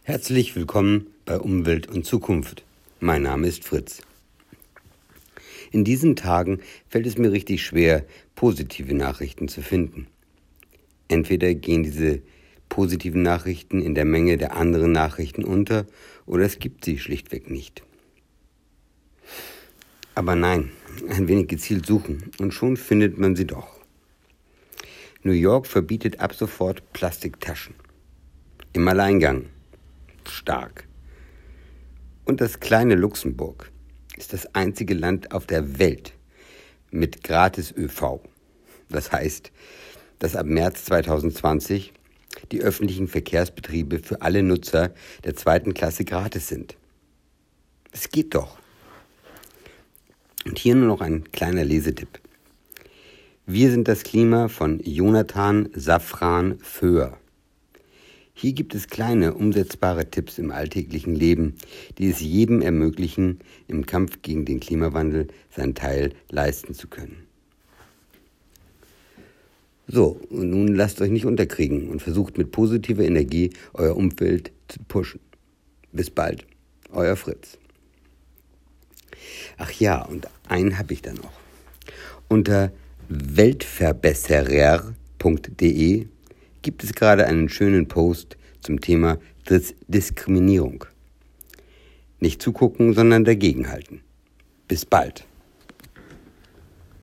Herzlich willkommen bei Umwelt und Zukunft. Mein Name ist Fritz. In diesen Tagen fällt es mir richtig schwer, positive Nachrichten zu finden. Entweder gehen diese positiven Nachrichten in der Menge der anderen Nachrichten unter oder es gibt sie schlichtweg nicht. Aber nein, ein wenig gezielt suchen und schon findet man sie doch. New York verbietet ab sofort Plastiktaschen. Im Alleingang. Stark. Und das kleine Luxemburg ist das einzige Land auf der Welt mit gratis ÖV. Das heißt, dass ab März 2020 die öffentlichen Verkehrsbetriebe für alle Nutzer der 2. Klasse gratis sind. Es geht doch. Und hier nur noch ein kleiner Lesetipp. Wir sind das Klima von Jonathan Safran Föhr. Hier gibt es kleine, umsetzbare Tipps im alltäglichen Leben, die es jedem ermöglichen, im Kampf gegen den Klimawandel seinen Teil leisten zu können. So, und nun lasst euch nicht unterkriegen und versucht mit positiver Energie euer Umfeld zu pushen. Bis bald, euer Fritz. Ach ja, und einen habe ich da noch. Unter weltverbesserer.de gibt es gerade einen schönen Post zum Thema Diskriminierung. Nicht zugucken, sondern dagegenhalten. Bis bald.